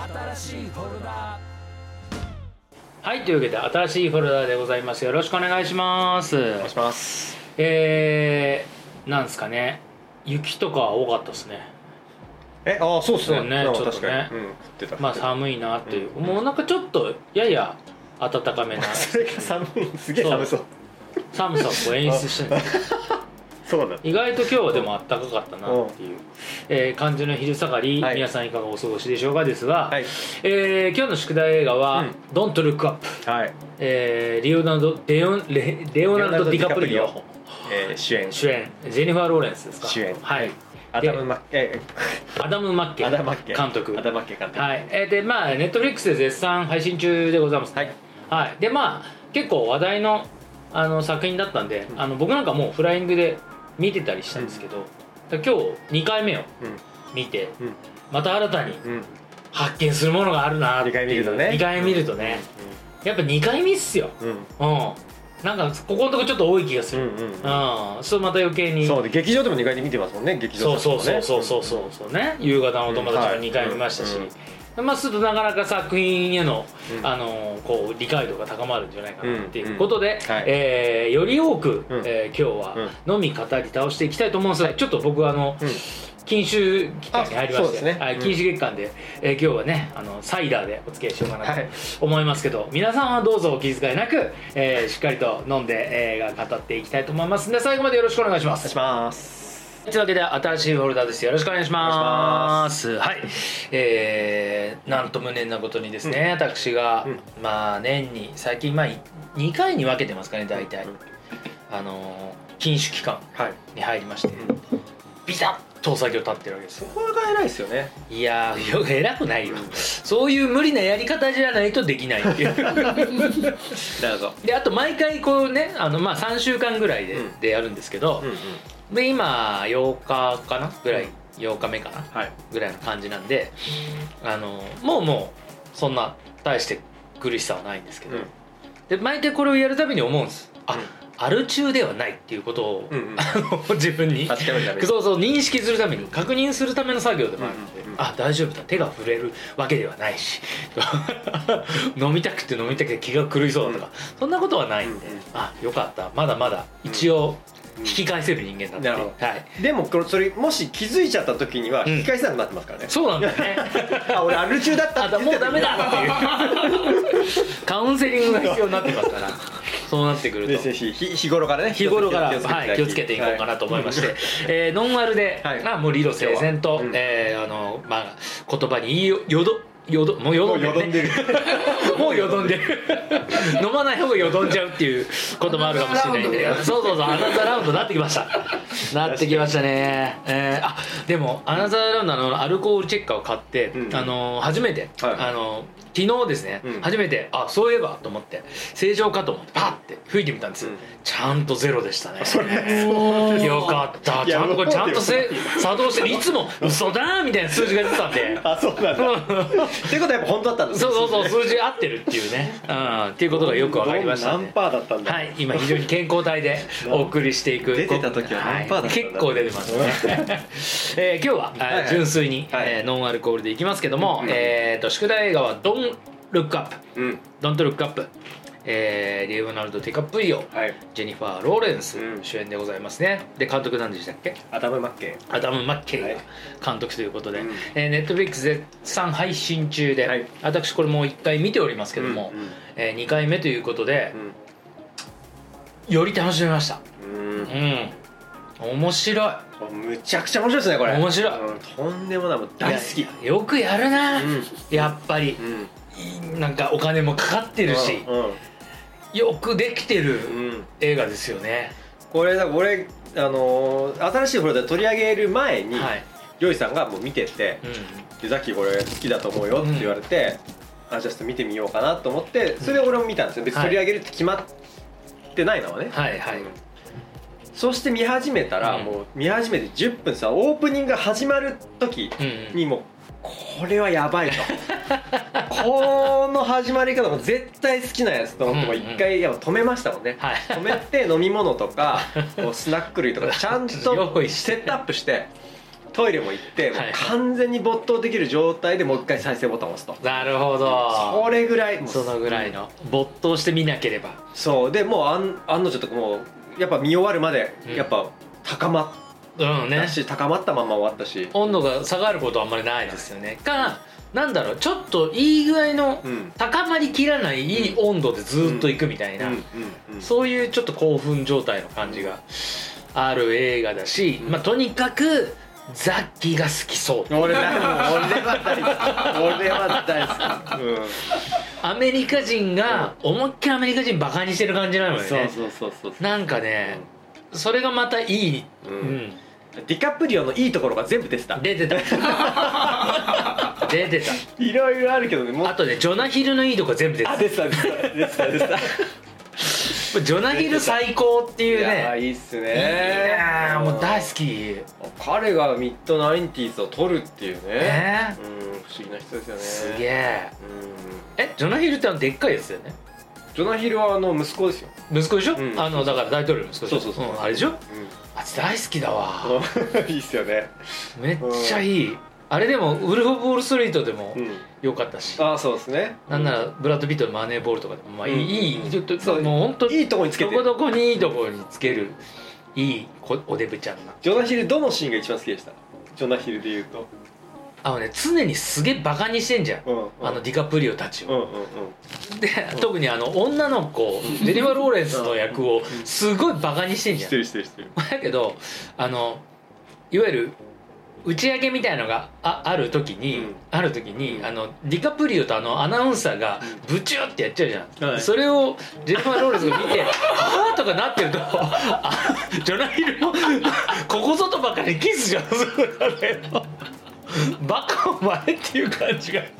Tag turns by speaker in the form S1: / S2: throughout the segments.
S1: 新しいフォルダ。
S2: はい、というわけで新しいフォルダでございます。よろしくお願いします。
S3: お願いします。
S2: なんですかね、雪とか多かったですね。
S3: そうっすね。
S2: そうね、ちょっとね、
S3: 確かに、降ってた。
S2: まあ寒いなっていう、もうなんかちょっとやや暖かめな
S3: それが寒い、すげえ寒そう。
S2: 寒さを演出してるんですよ
S3: そうだ。
S2: 意外と今日はでも暖かかったなっていう、感じの昼下がり、皆さんいかがお過ごしでしょうかですが、今日の宿題映画は「Don't Look Up」、レオナルド・ディカプリオ
S3: 主演、
S2: ジェニファー・ローレンスですか、
S3: 主演、
S2: はい、
S3: アダム・マッケ
S2: 監督、
S3: はい。
S2: でまあネットフリックスで絶賛配信中でございます。はい、でまあ結構話題の作品だったんで、僕なんかもうフライングで見てたりしたんですけど、今日2回目を見て、また新たに発見するものがあるなっていう。2回見るとね、やっぱ2回見っすよ。なんかここのとこちょっと多い気がする。そうまた余計に。
S3: そうで、劇場でも2回で見てますもんね。劇場
S2: そうね、夕方のお友達も2回見ましたし、まあするとなかなか作品へのこう理解度が高まるんじゃないかなっていうことで、より多く今日はのみ語り倒していきたいと思うんですが、ちょっと僕は禁酒期間に入りまして、禁酒月間で今日はねサイダーでお付き合いしようかなと思いますけど、皆さんはどうぞお気遣いなくしっかりと飲んで映画語っていきたいと思いますので、最後までよろしくお願いします。というわけで新しいフォルダです。よろしくお願いします。はい、なんと無念なことにですね、私がまあ年に最近2回に分けてますかね、大体禁酒期間に入りまして、ビタッとお酒を断ってるわけですよ。
S3: そこが偉いですよね。
S2: いやー、偉くないよ、そういう無理なやり方じゃないとできないっていうで、あと毎回こうね、まあ3週間ぐらいでやるんですけど、で今8日かなぐらい、8日目かな、ぐらいの感じなんで、もうそんな大して苦しさはないんですけど、で毎回これをやるたびに思うんです。アル中ではないっていうことを自分に認識するために、確認するための作業でもあるので、大丈夫だ、手が触れるわけではないし飲みたくて気が狂いそうだとか、そんなことはないんで、よかった、まだまだ一応引き返せる人間だって。
S3: でもそれもし気づいちゃった時には引き返せなくなってますからね。
S2: そうなんだよね
S3: 俺アル中だったって
S2: もうダメだっていうカウンセリングが必要になってますから、そうなってくると
S3: 日頃から
S2: 気をつけていこうかなと思いまして、ノンアルでもう理路整然と言葉にもうよどんでる飲まない方がよどんじゃうっていうこともあるかもしれないんで、そうアナザーラウンドなってきましたね。でもアナザーラウンドのアルコールチェッカーを買って、初めて昨日ですね、初めてそういえばと思って正常かと思ってパッて吹いてみたんです。ちゃんとゼロでしたね。よかった、ちゃんと作動してる。いつも嘘だみたいな数字が出てたんで、
S3: そうなんだっていうことはやっぱ本当だったんです。
S2: そう数字合ってるっていうね、っていうことがよく分かりましたね。
S3: 何パーだったんだ。
S2: 今非常に健康体でお送りしていく。
S3: 出てた時は何パーだったんだ。
S2: 結構出てますね。今日は純粋にノンアルコールでいきますけども、宿題映画はDon't Look Up、レオナルド・ディカプリオ、ジェニファー・ローレンス主演でございますね。で監督何でしたっけ？
S3: アダム・マッケイ
S2: が監督ということで、ネットフリックス絶賛配信中で、私これもう1回見ておりますけども、2回目ということでより楽しめました。面白い。
S3: むちゃくちゃ面白いですね、これ。
S2: 面白い。
S3: とんでもない、もう大好き。
S2: よくやるな、やっぱり。なんかお金もかかってるし、よくできてる映画ですよね。
S3: これ俺新しいフロアで取り上げる前にジョイさんがもう見てて「ザッキーこれ好きだと思うよ」って言われて、じゃあちょっと見てみようかなと思って、それで俺も見たんですよ。別に取り上げるって決まってないのはね。そして見始めたら、もう見始めて10分さ、オープニングが始まる時にもうこれはやばいとこの始まり方も絶対好きなやつと思っても一回やっぱ止めましたもんね。止めて飲み物とかスナック類とかちゃんとセットアップして、 トイレも行って、もう完全に没頭できる状態でもう一回再生ボタンを押すと。
S2: なるほど。
S3: それぐらい、
S2: そのぐらいの没頭して見なければ。
S3: そうでもう案の定とかもうやっぱ見終わるまでやっぱ高まったし、高まったまま終わったし、
S2: 温度が下がることはあんまりないですよね。なんだろう、ちょっといい具合の高まりきらないいい温度でずっといくみたいな、そういうちょっと興奮状態の感じがある映画だし、まあとにかくザッキーが好きそう。
S3: 俺は大好き。
S2: アメリカ人が思いっきりアメリカ人バカにしてる感じなのよね。
S3: そう
S2: なんかね、それがまたいい。
S3: ディカプリオのいいところが全部出てた。いろいろあるけどね。
S2: あとね、ジョナヒルのいいとこ全部出てた。
S3: 出てた。
S2: ジョナヒル最高っていうね。
S3: いやいいっすね。
S2: もう大好き。
S3: 彼がミッドナインティーズを取るっていうね。不思議な人ですよね。
S2: すげえ。ジョナヒルってでっかいやつだよね。
S3: ジョナヒルは息子ですよ。
S2: 息子でしょ。だから大統領の息子でしょ。そうあれでしょ。あいつ大好きだわ。
S3: いいっすよね。
S2: めっちゃいい。あれでもウルフ・オブ・ウォール・ストリートでも良かったし、
S3: そうですね。
S2: なんならブラッド・ピットのマネーボールとかでもまあいい、もう本当
S3: いいとこにつけて、
S2: どこにいいとこにつけるいいおデブちゃんな。
S3: ジョナヒルどのシーンが一番好きでした？ジョナヒルで言うと
S2: 常にすげえバカにしてんじゃん、ディカプリオたちを。で特に女の子ジェニファー・ローレンスの役をすごいバカにしてんじゃん。
S3: してる。
S2: だけどいわゆる打ち上げみたいのがある時にディカプリオとアナウンサーがブチューってやっちゃうじゃん、それをジェニファー・ローレンスが見てはぁとかなってるとジョナヒルのここぞとばかりキスじゃん。バカお前っていう感じが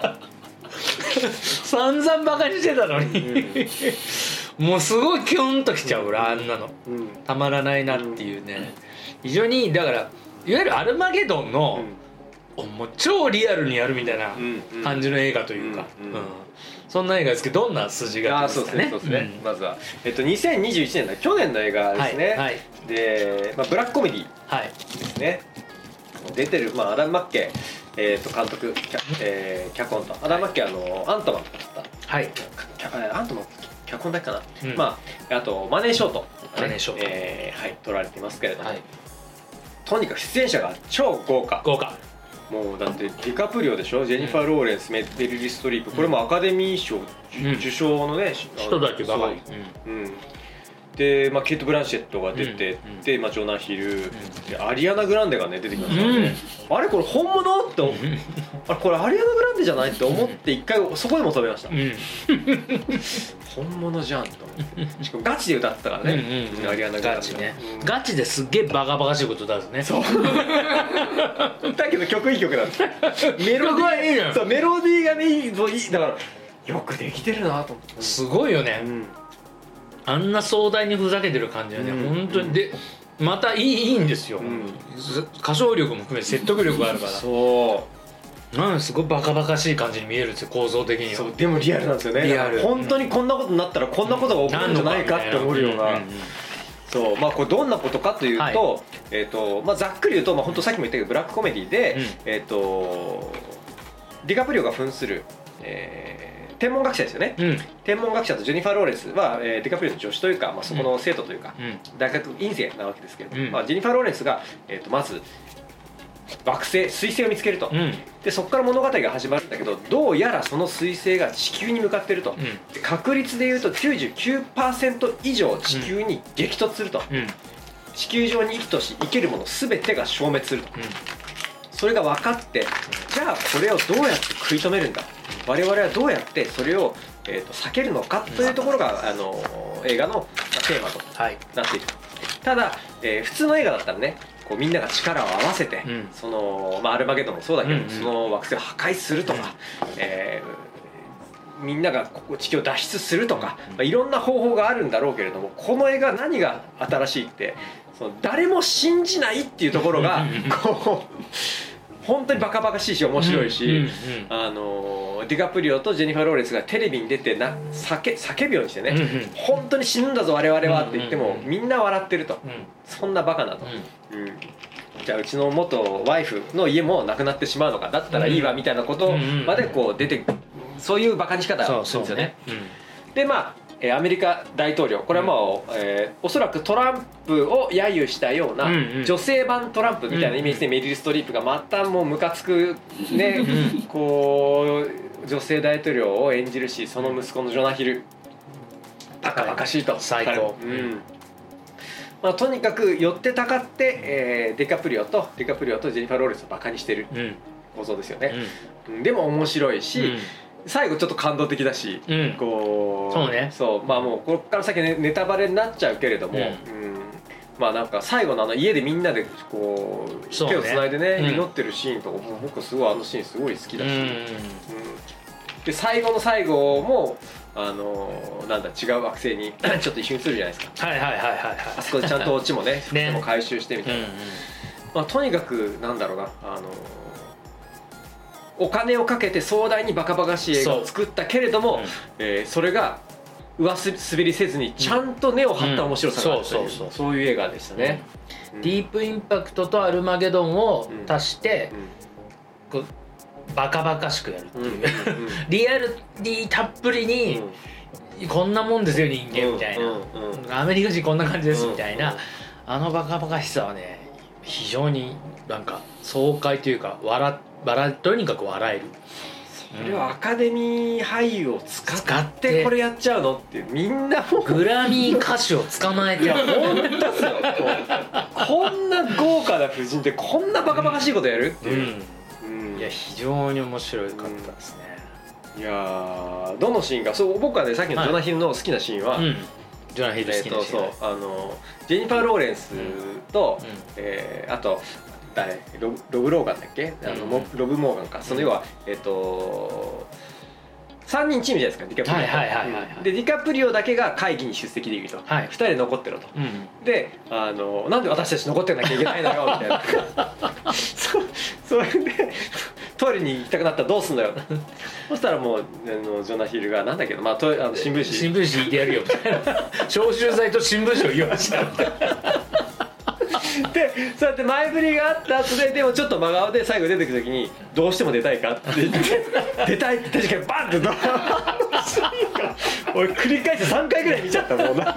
S2: 散々バカにしてたのにもうすごいキュンときちゃう俺、あんなのたまらないなっていうね。非常にだからいわゆるアルマゲドンの、もう超リアルにやるみたいな感じの映画というか、そんな映画ですけど、どんな筋がありますかね。
S3: そうですね。まずは2021年だ、去年の映画ですね。でブラックコメディですね。出てるアダム・マッケイ監督脚本と、アダム・マッケイアントマンだった、アントマン脚本だけかな、あとマネー・ショート撮られていますけれども、とにかく出演者が超豪華。もうだってディカプリオでしょ、ジェニファー・ローレンス、メリル・ストリープ、これもアカデミー賞受賞のね
S2: 人だけばかり
S3: で、ケイト・ブランシェットが出てで、ジョナヒル、アリアナ・グランデがね出てきましたね。あれこれ本物ってこれアリアナ・グランデじゃないって思って一回そこでも止めました。本物じゃんと思って。しかもガチで歌ってたからね、アリアナ・グランデ
S2: ガチですっげえバカバカしいことだね。
S3: そうだけど曲いい曲なんです。メロディーがねいい、だからよくできてるなと思って。
S2: すごいよね、あんな壮大にふざけてる感じはね、本当に。でまたいいんですよ、歌唱力も含めて説得力があるから。すごいバカバカしい感じに見えるんですよ、構造的には。
S3: でもリアルなんですよね。本当にこんなことになったらこんなことが起こるんじゃないかって思うような。これどんなことかというと、ざっくり言うと、本当さっきも言ったけどブラックコメディで、ディカプリオが扮する天文学者ですよね、天文学者とジェニファー・ローレンスは、ディカプリオの助手というか、そこの生徒というか、大学院生なわけですけれども、ジェニファー・ローレンスが、まず惑星彗星を見つけると、でそこから物語が始まるんだけど、どうやらその彗星が地球に向かっていると、確率でいうと 99% 以上地球に激突すると、地球上に生けるもの全てが消滅すると、それが分かって、じゃあこれをどうやって食い止めるんだ、我々はどうやってそれを、避けるのかというところが映画のテーマとなっている。ただ、普通の映画だったらね、こうみんなが力を合わせて、そのアルマゲドンもそうだけど、その惑星を破壊するとか、みんなが地球を脱出するとか、いろんな方法があるんだろうけれども、この映画何が新しいって、その誰も信じないっていうところがこう本当にバカバカしいし面白いし、ディカプリオとジェニファー・ローレンスがテレビに出て叫ぶようにしてね、本当に死ぬんだぞ我々はって言ってもみんな笑ってると、そんなバカなと、 じゃあうちの元ワイフの家もなくなってしまうのか、だったらいいわみたいなことまでこう出て、そういうバカにし方するんですよね。でまあアメリカ大統領、これはもう、おそらくトランプを揶揄したような女性版トランプみたいなイメージでメリル・ストリップがまたもうムカつくねこう女性大統領を演じるし、その息子のジョナヒルバカバカしいと
S2: 最高。
S3: まあ、とにかく寄ってたかって、デカプリオとジェニファー・ローレンスをバカにしてる構造ですよね。でも面白いし、最後ちょっと感動的だし、こう
S2: そうね、
S3: そうまあもうここから先ネタバレになっちゃうけれども、まあなんか最後の家でみんなでこう手をつないでね祈ってるシーンとか、僕すごいあのシーンすごい好きだし、で最後の最後もなんだ違う惑星にちょっと一緒にするじゃないですか。あそこでちゃんとオチもねも回収してみたいな、まあとにかくなんだろうな、お金をかけて壮大にバカバカしい映画を作ったけれども、それが上滑りせずにちゃんと根を張った面白さがあるという、そういう映画でしたね。
S2: ディープインパクトとアルマゲドンを足してこうバカバカしくやるっていう、リアルにたっぷりにこんなもんですよ人間みたいな、アメリカ人こんな感じですみたいな、あのバカバカしさはね非常になんか爽快というかとにかく笑える。
S3: それはアカデミー俳優を使ってこれやっちゃうのってみんなも
S2: グラミー歌手を捕まえて
S3: 本当ですよこんな豪華な夫人でこんなバカバカしいことやるっていう、
S2: いや非常に面白かったですね。
S3: いやどのシーンがそう僕はねさっきのジョナヒルの好きなシーンは、
S2: ジョナヒル好きなシーン、
S3: ジェニファー・ローレンスと、あとロブ・ローガンだっけ、ロブ・モーガンか、その要は3人チームじゃないですか、ディカプリオでディカプリオだけが会議に出席できると、2人で残ってると、でなんで私たち残ってなきゃいけないのよみたいなそれでトイレに行きたくなったらどうすんのよそしたらもうジョナヒルがなんだけど、まあ、新聞紙
S2: 引いてやるよみたいな消臭剤と新聞紙を用意したみたいな
S3: でそうやって前振りがあった後で、でもちょっと真顔で最後出てくる時に「どうしても出たいか?」って言って出たいって確かにバンって俺繰り返して3回ぐらい見ちゃったもんなんか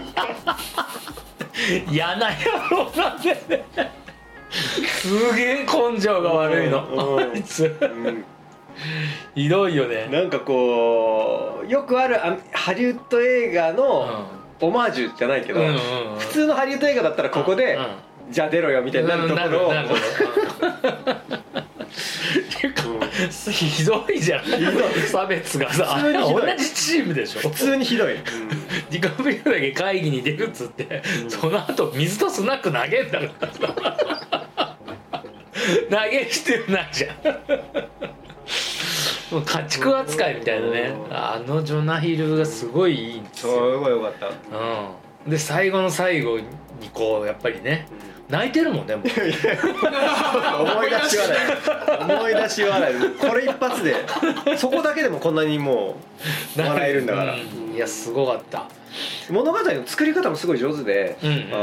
S2: 嫌な野郎なんでねすげえ根性が悪いのあいつひどいよね。
S3: なんかこうよくあるハリウッド映画のオマージュじゃないけど、普通のハリウッド映画だったらここでじゃあ出ろよみたいになるところを
S2: ひどいじゃん差別がさ、同じチームでしょ、
S3: 普通にひどい
S2: ディカプリオだけ会議に出るっつって、その後水とスナック投げんだから投げしてないじゃんもう家畜扱いみたいなね。ジョナヒルがすごいいいんですよ。
S3: すごいよかった、
S2: で最後の最後にこうやっぱりね、泣いてるもんねもう
S3: 思い出し笑いこれ一発でそこだけでもこんなにもう笑えるんだから、い
S2: やすごかった。
S3: 物語の作り方もすごい上手で、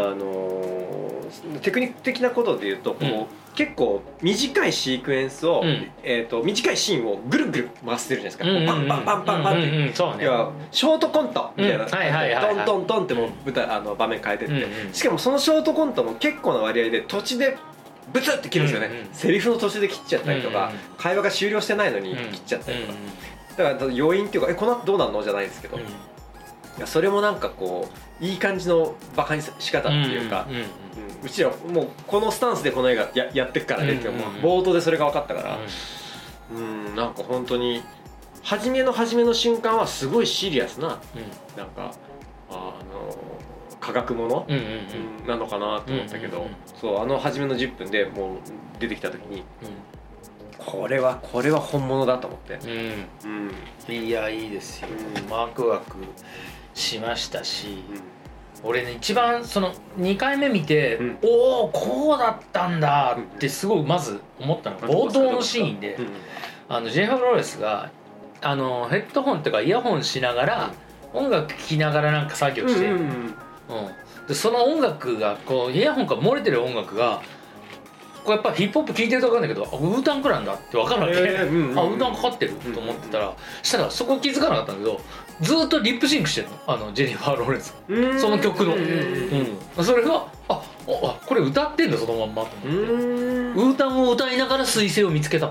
S3: テクニック的なことで言うとこう、結構短いシークエンスを、短いシーンをぐるぐる回してるじゃないですか、パンパンパンパンパンって、ショートコントみたいな、トントントンってもう場面変えてって、しかもそのショートコントも結構な割合で途中でブツって切るんですよね、セリフの途中で切っちゃったりとか、会話が終了してないのに切っちゃったりとか、だから余韻っていうかこの後どうなんのじゃないですけど、それもなんかこういい感じのバカに仕方っていうか、うちらもうこのスタンスでこの映画やってくからねって、冒頭でそれが分かったから、なんか本当に初めの瞬間はすごいシリアスな、なんか科学ものなのかなと思ったけど、そう初めの10分でもう出てきた時に、これは本物だと思って、
S2: いやいいですよ、ワクワクしましたし、俺ね一番その2回目見て、おおこうだったんだってすごいまず思ったのが冒頭のシーンで、ジェニファー・ローレンスがヘッドホンっていうかイヤホンしながら、音楽聴きながらなんか作業して、でその音楽がこうイヤホンから漏れてる音楽がこれやっぱヒップホップ聴いてると分かるんだけど、ウータンクランだって分かるわけ、ウータンかかってると思ってたら、したらそこ気づかなかったんだけど、ずっとリップシンクしてるの、ジェニファー・ローレンス、その曲の、それがこれ歌ってんだそのまんまと思って、ウータンを歌いながら彗星を見つけたの。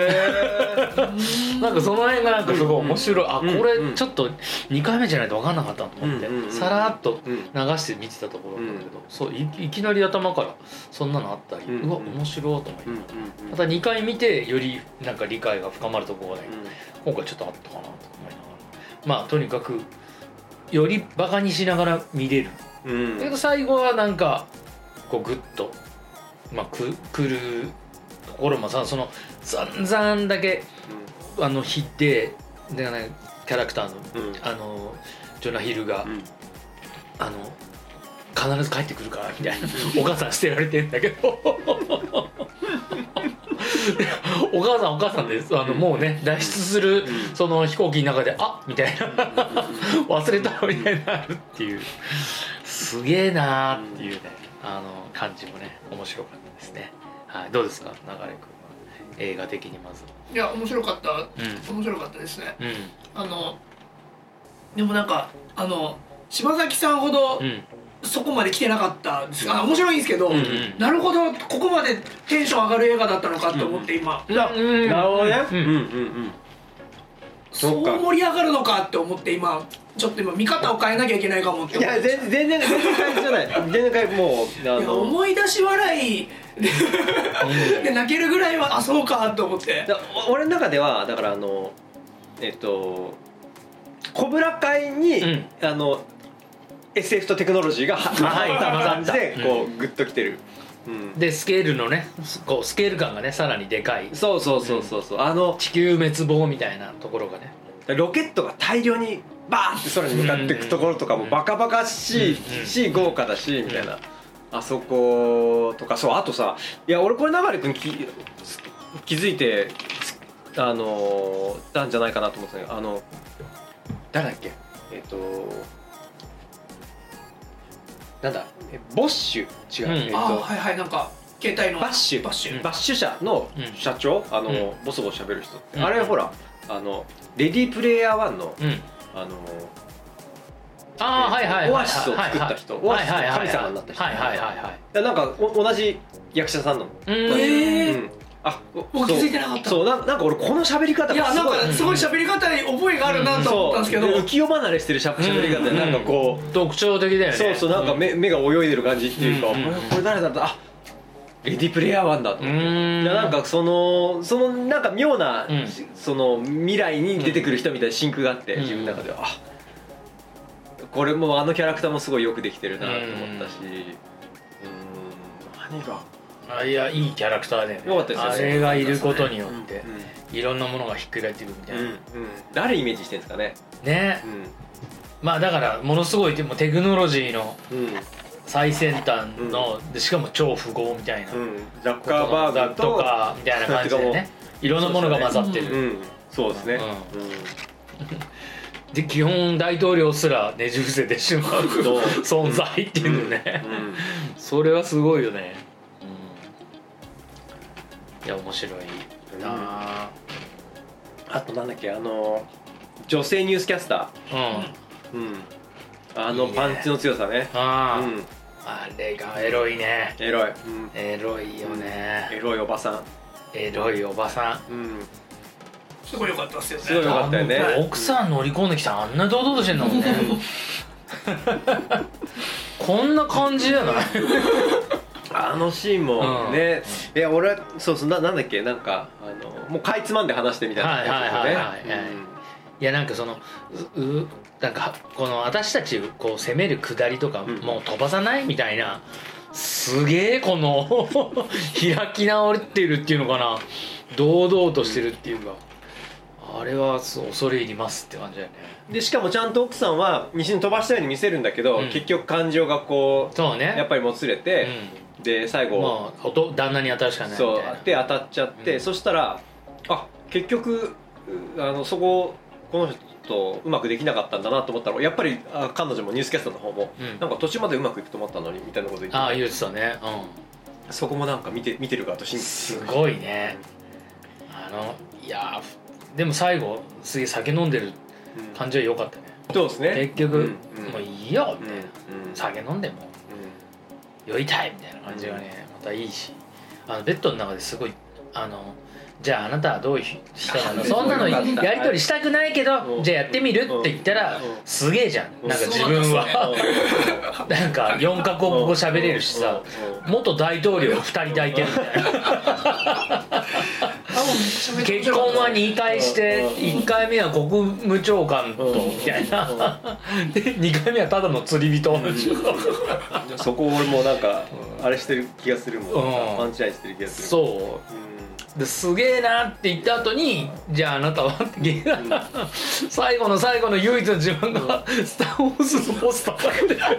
S2: なんかその辺がなんかすごい面白い、これちょっと2回目じゃないと分かんなかったと思って、さらっと流して見てたところなんだけど、そう いきなり頭からそんなのあったり、うわ面白いと思って、また2回見てよりなんか理解が深まるところがね、今回ちょっとあったかなと思いながら、まあとにかくよりバカにしながら見れる、だけど最後はなんかこうグッと、くるところもさ、その散々だけ引いてで、ね、キャラクターの、ジョナヒルが、必ず帰ってくるからみたいなお母さん捨てられてんだけどお母さんでもうね脱出するその飛行機の中でみたいな忘れたみたいになるっていう、すげえなーっていうね感じもね面白かったですね。はい、どうですか流君は映画的にまず。
S1: いや面白かった、面白かったですね。でもなんか柴咲さんほど、そこまで来てなかったんですが、面白いんですけど、なるほどここまでテンション上がる映画だったのかと思って今、
S3: なるほどね、
S1: そう盛り上がるのかって思って今ちょっと見方を変えなきゃいけないかもって思って。
S3: いや全然変えじゃない全然変えもう
S1: 思い出し笑いで泣けるぐらいはそうかと思って。
S3: 俺の中ではだからコブラ会に、SF とテクノロジーが混ざった感じでこうグッときてる、
S2: でスケールのねこうスケール感がねさらにでかい、
S3: そう
S2: 地球滅亡みたいなところがね、
S3: ロケットが大量にバーンって空に向かっていくところとかもバカバカしいし豪華だしみたいな、あそことか、そうあとさ、いや俺これ流君気づいてたんじゃないかなと思ってたよ。誰だっけ、なんだボッシュ違う、
S1: はいはい、なんか携帯の
S3: バッシュ社の社長、ボソボソ喋る人って、あれほらレディープレイヤー1のオアシスを作った人、オアシスの神様になった人、なんか同じ役者さんなの。
S1: 僕気づいてなかった。
S3: そうなんか俺この喋り方が
S1: すごい喋り方に覚えがあるなと思ったんですけど、
S3: 浮世離れしてる喋り方でなんかこう
S2: 特徴的だよね。
S3: そうなんか目が泳いでる感じっていうか、これ誰だった、レディープレイヤー1だと思って、なんかそのなんか妙なその未来に出てくる人みたいな真空があって、自分の中ではこれもキャラクターもすごいよくできてるなと思ったし、何が
S2: いやいいキャラクターだよね。
S3: よかったですよ。
S2: あれがいることによっていろんなものがひっくり返ってくるみたいな。
S3: 誰イメージしてるんですかね。
S2: ね。まあだからものすごいテクノロジーの最先端のでしかも超富豪みたいな。
S3: ザッカーバーグ
S2: とかみたいな感じでね。いろんなものが混ざってる。
S3: そうですね。
S2: で基本大統領すらねじ伏せてしまう存在っていうのね。それはすごいよね。いや面白いな。
S3: あとなんだっけ女性ニュースキャスター、パンチの強さね。
S2: あれがエロいね。
S3: エロい、
S2: エロいよね。
S3: エロいおばさん、
S2: エロいおばさん、
S1: すごい良かったっすよね。
S3: すごい良かったよね。
S2: 奥さん乗り込んできたらあんな堂々としてんだもんね。こんな感じじゃない
S3: シーンもね、いや俺そうなんだっけ、なんかもうかいつまんで話してみたいなやつですよね。
S2: いやなんかなんかこの私たちをこう攻める下りとかもう飛ばさないみたいな、すげえこの開き直ってるっていうのかな、堂々としてるっていうか、あれは恐れ入りますって感じだよね。
S3: でしかもちゃんと奥さんは西に飛ばしたように見せるんだけど、結局感情がこう
S2: そうね、や
S3: っぱりもつれて、で最後
S2: 旦那に当たるしかないみたいな、
S3: そうで当たっちゃって、そしたら結局そここの人うまくできなかったんだなと思ったら、やっぱり彼女もニュースキャスターの方も、なんか途中までうまくいくと思ったのにみたいなこと言って、
S2: 言ってたね。
S3: そこもなんか見てる側と信じて
S2: すごいね。いやでも最後すげえ酒飲んでる感じは良かったね。
S3: そうですね。
S2: 結局、もういいよみたいな、酒飲んでも酔いたいみたいな感じがね、またいいし、ベッドの中ですごいじゃああなたはどういう人なの、そんなのやり取りしたくないけどじゃあやってみるって言ったらすげえじゃん。なんか自分はなんか4カ国語喋れるしさ、元大統領2人抱いてるみたいな。結婚は2回して1回目は国務長官とみたいなで2回目はただの釣り人。
S3: そこ俺もなんかあれしてる気がするもん、パンチラインしてる気がする。
S2: そうですげえなって言った後にじゃああなたはって最後の最後の唯一の自分がスター・ウォーズのポスターだけで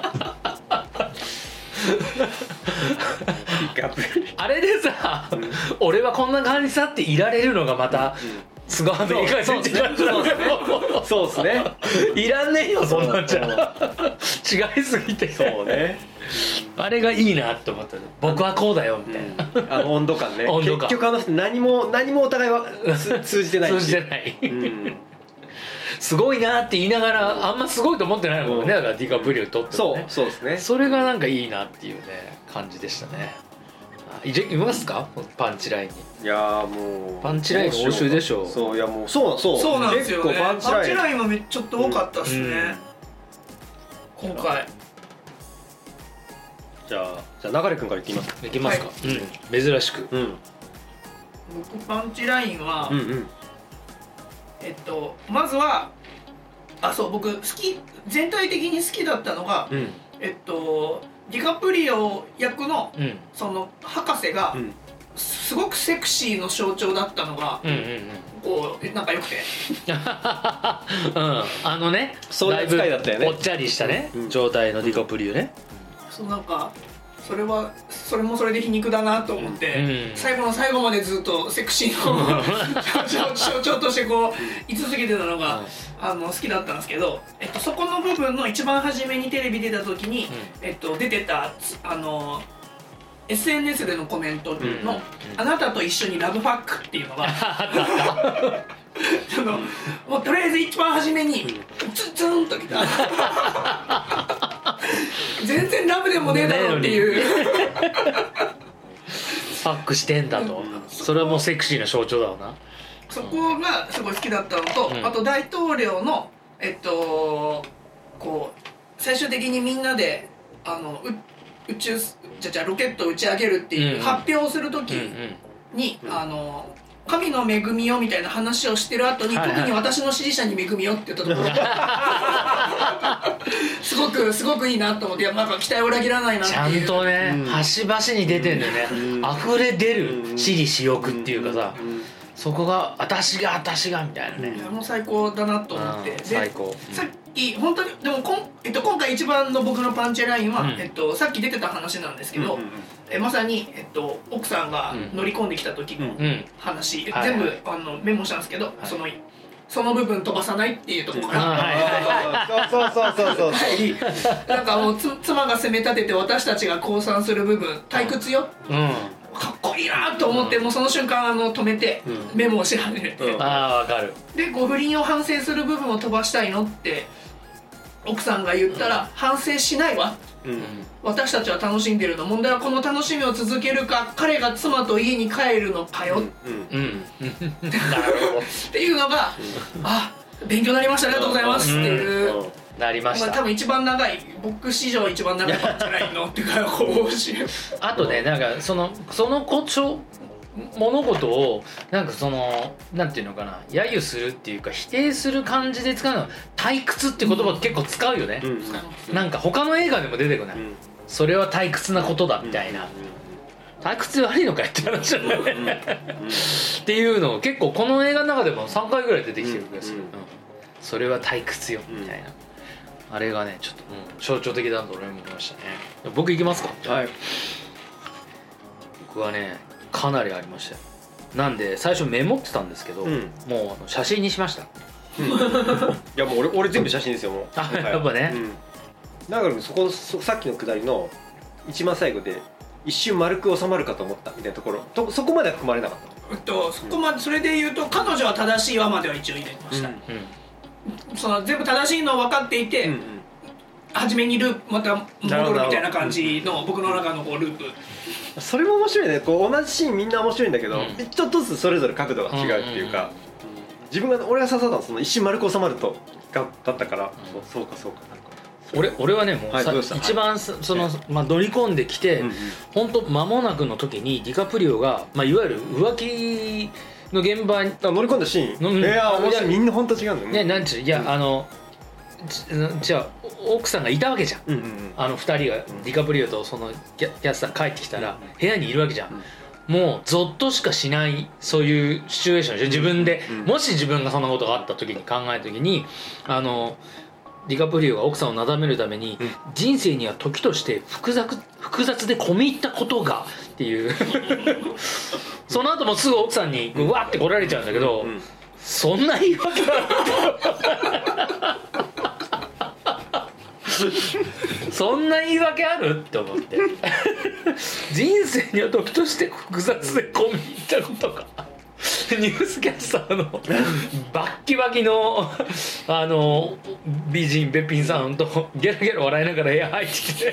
S2: あれでさ、俺はこんな感じさっていられるのがまたすごいアメリカ人って感じなんだよ。
S3: そうですね。
S2: いらんねえよそんなんじゃ。違いすぎて。
S3: そうね。
S2: あれがいいなって思った。僕はこうだよみたいな。
S3: 温度感ね。結局人何もお互いは通じてない。
S2: 通じてない。すごいなって言いながらあんますごいと思ってないもんね。だからディカプリオ撮ってもね。
S3: そうですね。
S2: それがなんかいいなっていうね感じでしたね。いますかパンチラインに。
S3: いやもう
S2: パンチライン応酬でしょ。
S3: そういやもうそう
S1: なんですよね。パンチラインはちょっと多かったですね、今回。
S3: じゃあ流れ君からいってみますか。
S2: いきますか。珍しく。
S1: 僕パンチラインはまずはそう僕全体的に好きだったのがディカプリオ役のその博士がすごくセクシーの象徴だったのがこうなんか良くて
S3: そういう扱いだったよね。
S2: ぽっちゃりしたね状態のディカプリオね。
S1: そうなんかそれもそれで皮肉だなと思って、最後の最後までずっとセクシーの象徴としてこう居続けてたのが好きだったんですけど、そこの部分の一番初めにテレビ出た時に、出てたSNS でのコメントの「あなたと一緒にラブファック」っていうのがもうとりあえず一番初めにツンときた。全然ラブでもねえだろっていう
S2: ファックしてんだと。それはもうセクシーな象徴だろうな。
S1: そこがすごい好きだったのと、あと大統領のこう最終的にみんなでロケットを打ち上げるっていう発表をする時に神の恵みよみたいな話をしてる後に、特に私の支持者に恵みよって言ったところすごくいいなと思って、なんか期待を裏切らないなっていう。
S2: ちゃんとね、端々に出てんだよね。溢れ出る私利私欲っていうかさ、そこが私がみたいなね。
S1: いやもう最高だなと思って。
S2: 最高。
S1: さっき本当にでも今回一番の僕のパンチラインはさっき出てた話なんですけど、まさに奥さんが乗り込んできた時の話、全部メモしたんですけど、その部分飛ばさないっていうところから
S3: そう
S1: なんかもう妻が責め立てて私たちが降参する部分退屈よ、かっこいいなと思って、もうその瞬間止めてメモをし始めて、
S2: 分かる。
S1: で不倫を反省する部分を飛ばしたいのって奥さんが言ったら、反省しないわ、私たちは楽しんでるの、問題はこの楽しみを続けるか、彼が妻と家に帰るのかよっていうのが、勉強になりました、ありがとうございますっていう。
S2: なりました。
S1: 多分一番長い、僕史上一番長いパンチラインのっていうか
S2: あとね、なんかその物事をなんかなんていうのかな、揶揄するっていうか否定する感じで使うのは退屈って言葉結構使うよね。なんか他の映画でも出てこない、それは退屈なことだみたいな、退屈悪いのかよって話だよねっていうのを結構この映画の中でも3回ぐらい出てきてる気がする。それは退屈よみたいな、あれがねちょっと象徴的だと俺も思いましたね。僕いきますか。
S3: はい。
S2: 僕はねかなりありましたよ。なんで最初メモってたんですけど、もう写真にしました。い
S3: やもう俺全部写真ですよもう。
S2: やっぱね。
S3: だからさっきのくだりの一番最後で一瞬丸く収まるかと思ったみたいなところそこまでは含まれなかった。
S1: そこまでそれで言うと彼女は正しいわまでは一応入れました、その全部正しいのを分かっていて、初めにまた戻るみたいな感じの僕の中のこうループ。
S3: それも面白いね。こう同じシーンみんな面白いんだけど、ちょっとずつそれぞれ角度が違うっていうか、俺が刺さったのはその一瞬丸く収まるとだったから、そうか
S2: 俺はねもう一番その乗り込んできて本当間もなくの時にディカプリオがいわゆる浮気の現場に
S3: 乗り込んだシーン、面白い。みんな本当違うんだよね。
S2: なんちゅう、いやじゃあ奥さんがいたわけじゃん、2人がディカプリオとそのキャスター帰ってきたら部屋にいるわけじゃん、もうゾッとしかしないそういうシチュエーションでしょ。自分で、もし自分がそんなことがあった時に考えた時にディカプリオが奥さんをなだめるために、人生には時として複雑で込み入ったことがっていうその後もすぐ奥さんにうわって来られちゃうんだけど、そんな言い訳そんな言い訳あるって思って人生には時として複雑で込み入ったことがニュースキャスターのバッキバキの美人べっぴんさんとゲラゲラ笑いながら部屋入ってきて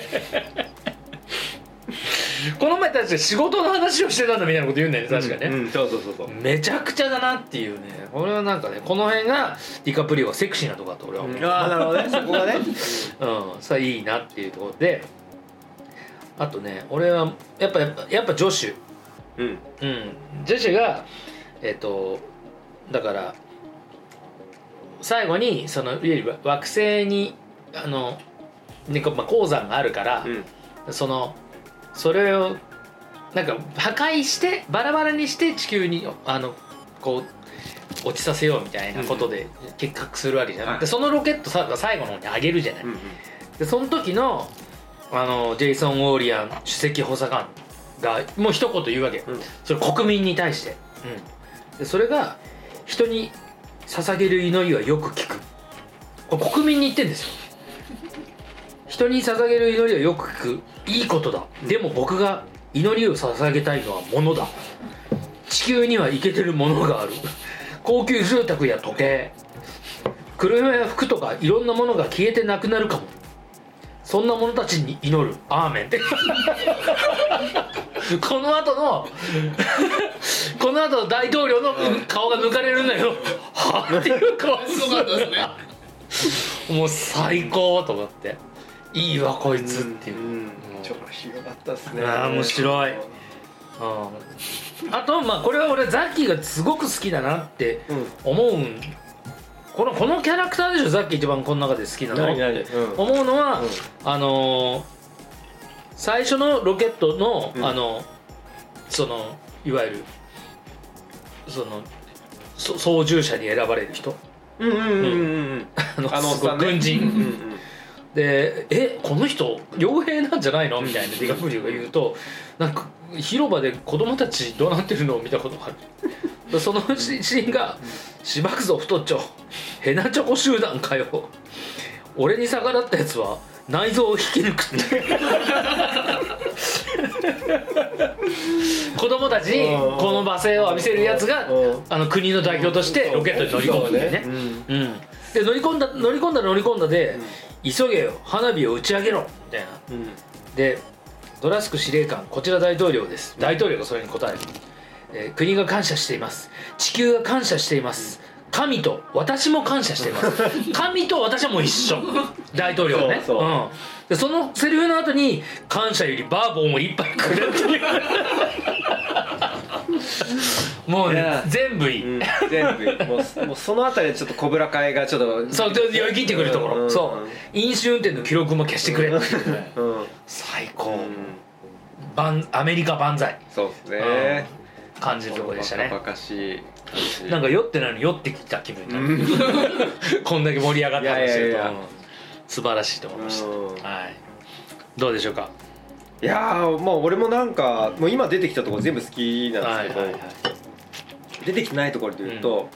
S2: この前たち仕事の話をしてたんだみたいなこと言うんだよね、確かね、
S3: そう
S2: めちゃくちゃだなっていうね。俺はなんかねこの辺がディカプリオがセクシーなとこだと俺は思う。
S3: ああなるほどね、そこがね
S2: さあいいなっていうところで、あとね俺はやっぱジョシュジョシュがだから最後にそのいわゆる惑星に鉱山があるから、それをなんか破壊してバラバラにして地球にこう落ちさせようみたいなことで結核するわけじゃん、でそのロケット最後の方に上げるじゃない、でその時のジェイソン・ウォーリアン首席補佐官がもう一言言うわけよ、それ国民に対して、でそれが人に捧げる祈りはよく聞く、これ国民に言ってんですよ。人に捧げる祈りはよく聞く、いいことだ。でも僕が祈りを捧げたいのは物だ。地球にはイケてるものがある。高級住宅や時計、車や服とかいろんなものが消えてなくなるかも。そんな者たちに祈る。アーメンってこの後大統領の顔が抜かれるんだけどはぁっていう顔すごかったですねもう最高と思って、いいわこいつっていう、
S3: 超広かったですね。
S2: 面白い。あとこれは俺ザッキーがすごく好きだなって思う、このキャラクターでしょザッキー一番この中で好きなのって思うのは、最初のロケットの、そのいわゆるその操縦者に選ばれる人、軍人でこの人傭兵なんじゃないのみたいなディカプリオが言うと、なんか広場で子供たちどうなってるのを見たことがある。そのシーンが「しばくぞ太っちょヘナチョコ集団かよ、俺に逆らったやつは内臓を引き抜く」って子供たちにこの罵声を浴びせるやつが国の代表としてロケットに乗り込むんだよね。で乗り込んだで急げよ花火を打ち上げろみたいな、でドラスク司令官こちら大統領です、大統領がそれに答える、国が感謝しています、地球が感謝しています、神と私も感謝しています神と私はもう一緒大統領ね。でそのセリフの後に感謝よりバーボンを一杯くれっていうもうね全部いい、
S3: 全部いい。もうそのあたりでちょっとコブラ会がちょっと
S2: そう酔い切ってくるところ、そう飲酒運転の記録も消してくれっていう、最高、アメリカ万歳、
S3: そうですね、
S2: 感じるところでしたね。
S3: バカしい
S2: なんか酔ってないのに酔ってきた気分になるこんだけ盛り上がった話してると素晴らしいと思いました。はい、どうでしょうか。
S3: いやもう俺もなんかもう今出てきたところ全部好きなんですけど、出てきてないところで言うと、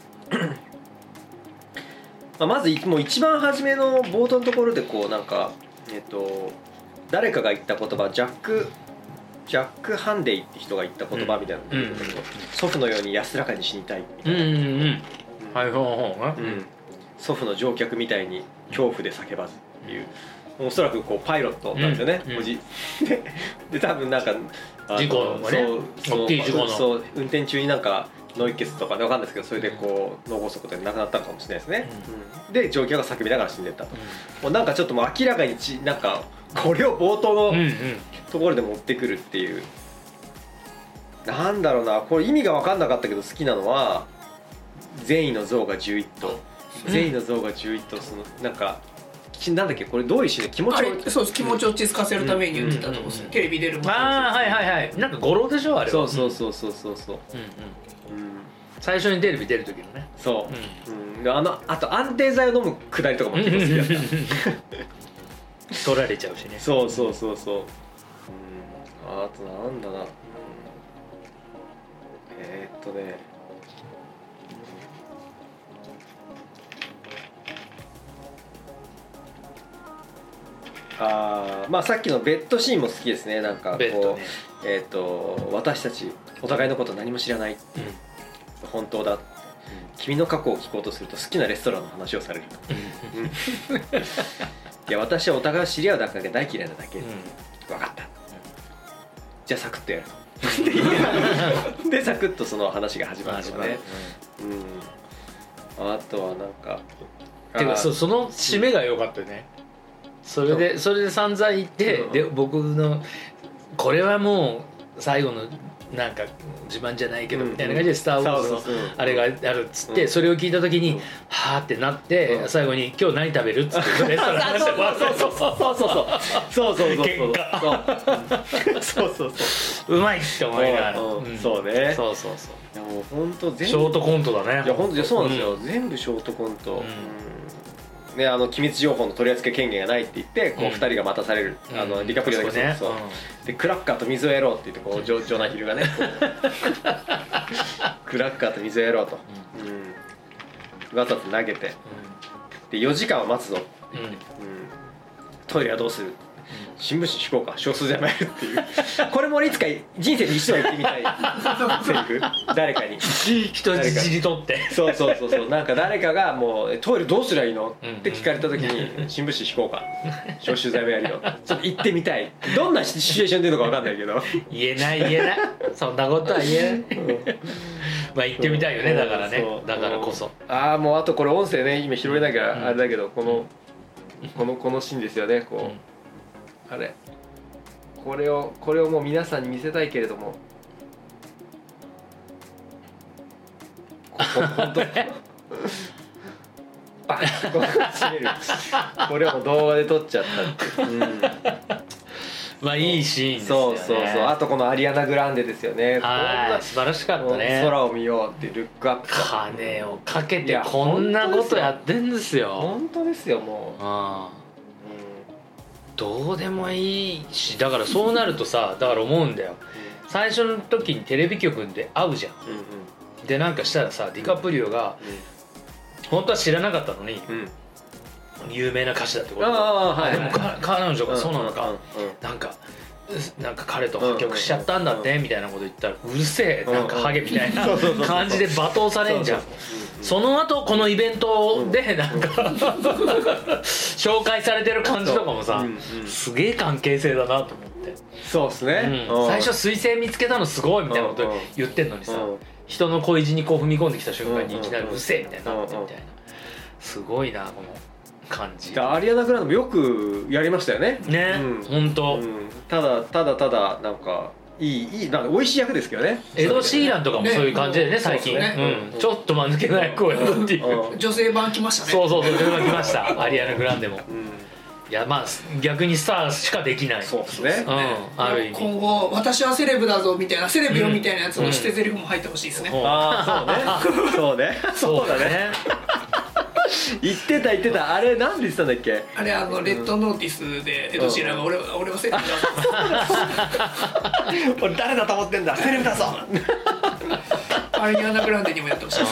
S3: まずもう一番初めの冒頭のところでこうなんか誰かが言った言葉、ジャック・ジャック・ハンデイって人が言った言葉みたいなのが出てくるけど、祖父のように安らかに死にたいみたいな、
S2: はいはい、
S3: 祖父の乗客みたいに恐怖で叫ばずっていう、おそらくこうパイロットなんですよね、おじで多分なんか
S2: 事故のね、大きい事故の、
S3: そう運転中になんか脳溢血とかで分かんないですけど、それでこう脳梗塞で亡くなったのかもしれないですね、で乗客が叫びながら死んでったと、もうなんかちょっともう明らかになんかこれを冒頭のところで持ってくるっていう、なんだろうな、これ意味が分かんなかったけど好きなのは善意の像が11頭、善意の像が11頭、そのなんかなんだっけ、これどういうシーンで気持ちを、
S1: そうです、気持ちを落ち着かせるために言ってたと思うんですよ、テレビ出る前。
S2: ああはいはいはい、なんか語呂でしょあれは。
S3: そう
S2: 最初にテレビ出る時のね、
S3: そう、あと安定剤を飲むくだりとかも結構好きだった
S2: 取られちゃうしね。
S3: そう、あとなんだな、まあさっきのベッドシーンも好きですね。なんかこう、私たちお互いのこと何も知らない、本当だ、君の過去を聞こうとすると好きなレストランの話をされるといや私はお互いを知り合うだけで大嫌いなだけ、分かった、じゃあサクッとやるとでサクッとその話が始まるとかね、あとはなんか
S2: てかその締めが良かったよね。それで散々言って、で僕のこれはもう最後のなんか自慢じゃないけどみたいな感じで「スター・ウォーズ」のあれがあるっつって、それを聞いた時にはあってなって、最後に「今日何食べる?」っつってレストランの話してそううまいって思いながら、
S3: そうね、
S2: そう
S3: もう本当全部
S2: ショートコントだね。
S3: いや本当そうなんですよ、全部ショートコントね、機密情報の取り扱い権限がないって言ってこう2人が待たされる、ディカプリオだけそうでクラッカーと水をやろうって言ってこうジョナヒルがねクラッカーと水をやろうと、わざと投げて、で4時間は待つぞ、トイレはどうする、新聞紙引こうか、少数じゃないっていうこれも俺いつか人生で一度は言ってみたいセリフ、誰かに
S2: 人質にとって
S3: そうなんか誰かがもうトイレどうすりゃいいのって聞かれた時に新聞紙引こうか、消臭剤もやるよ、ちょっと行ってみたい、どんなシチュエーションで言うのか分かんないけど
S2: 言えないそんなことは言えないまあ言ってみたいよね、だからね、だからこそ
S3: もうあとこれ音声ね今拾えなきゃあれだけど、このシーンですよね、こうあれこれをもう皆さんに見せたいけれども本当バッと閉める、これをもう動画で撮っちゃったって、
S2: まあいいシーンですよね。
S3: そうあとこのアリアナ・グランデですよね。
S2: 素晴らしかったね。
S3: 空を見ようってルックアップ、
S2: 金をかけてこんなことやってんですよ。
S3: 本当ですよ、もう
S2: どうでもいいし、だからそうなるとさ、だから思うんだよ、最初の時にテレビ局で会うじゃん、でなんかしたらさ、ディカプリオが本当は知らなかったのに、有名な歌手だってことで、でも彼女がそうなのか、なんか彼と破局しちゃったんだってみたいなこと言ったら、うるせえなんかハゲみたいな感じで罵倒されんじゃん。その後このイベントでなんか紹介されてる感じとかもさ、すげえ関係性だなと思って。
S3: そうですね、
S2: 最初彗星見つけたのすごいみたいなこと言ってんのにさ、人の恋路にこう踏み込んできた瞬間にいきなりうるせえみたいになってみたいな、すごいなこの感じ。
S3: アリアナ・グランドもよくやりましたよね。
S2: 本当。
S3: ただなんかいいなんか美味しい役ですけどね。
S2: エド・シーランとかもそういう感じでね、最近ちょっと間抜けな役をやるっていう、
S1: 女性版来ましたね。
S2: そう女性版来ましたアリアナ・グランデも。いやまあ逆にスターしかできない。
S3: そうですね。
S2: ある意味
S1: 今後私はセレブだぞみたいな、セレブよみたいなやつの捨て台詞も入ってほしいですね。
S3: そうだね。言ってた、あれなんで言ってたんだっけ、
S1: あれレッドノーティスでエド・シーランが俺はセレブだぞ
S3: 俺誰だと思ってんだ、セレブだぞ
S1: アリアナ・グランデにもやってほしいです。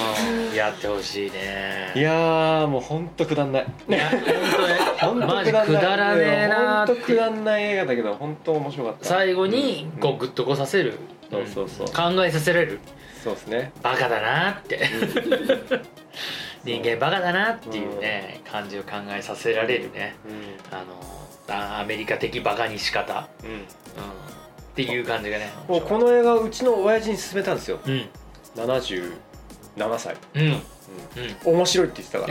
S2: やってほしいね。
S3: いやーもうほんとくだんない。
S2: いや本当ねマジくだらねえなーって。
S3: ほんとくだんない映画だけど本当面白かった。
S2: 最後にこうグッとこさせる、
S3: そう
S2: 考えさせられる。
S3: そうですね。
S2: バカだなって人間バカだなっていうね感じを考えさせられるね、アメリカ的バカに仕方、っていう感じがね。
S3: もうこの映画うちの親父に勧めたんですよ。77歳。面白いって言ってたから。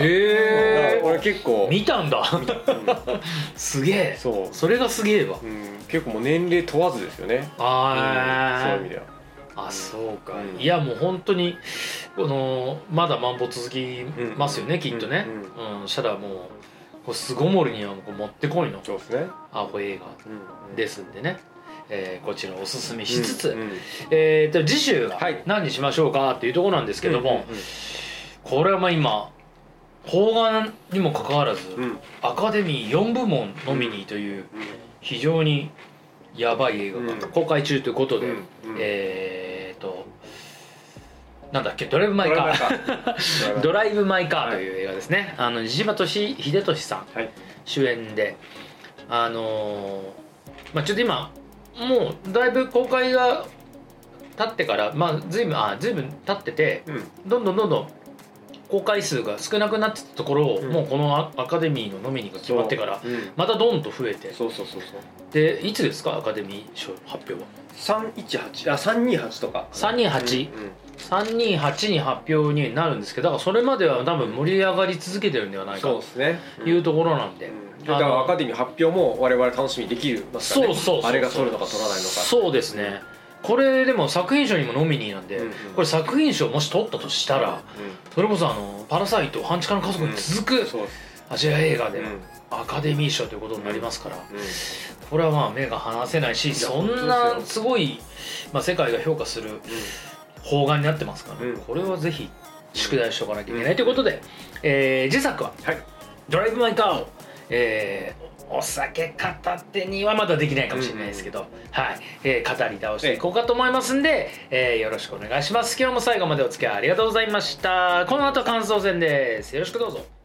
S3: 俺結構
S2: 見たんだ。すげえ。それがすげえわ。
S3: 結構もう年齢問わずですよね。そういう意味では。
S2: あ、そうか。いやもう本当にこのまだマンボ続きますよね、きっとね。したらもう巣ごもりにはもってこいのアホ映画ですんでね、こちらおすすめしつつ、次週何にしましょうかっていうところなんですけども、これはまあ今邦画にもかかわらずアカデミー4部門ノミニーという非常にやばい映画が公開中ということで、なんだっけ、ドライブ・マイ・カードライブ・マイ・カーという映画ですね。西島秀俊さん主演で、ちょっと今もうだいぶ公開が経ってから随分経ってて、どんどん公開数が少なくなってたところを、もうこのアカデミーのノミニーが決まってからまたドンと増えて、でいつですかアカデミー賞発表は。
S3: 328とか
S2: 328に発表になるんですけど、だからそれまでは多分盛り上がり続けてるんではないかというところなんで、
S3: だからアカデミー発表も我々楽しみできますからね。あれが取るのか取らないのか。
S2: そうですね。これでも作品賞にもノミニーなんで、これ作品賞もし取ったとしたら、それこそパラサイト半地下の家族に続くアジア映画でアカデミー賞ということになりますから、これはまあ目が離せないし、そんなすごい世界が評価する邦画になってますから、これはぜひ宿題しておかなきゃいけないということで、次作はドライブ・マイ・カーをお酒片手にはまだできないかもしれないですけど、語り倒していこうかと思いますんで、よろしくお願いします。今日も最後までお付き合いありがとうございました。この後感想戦です。よろしくどうぞ。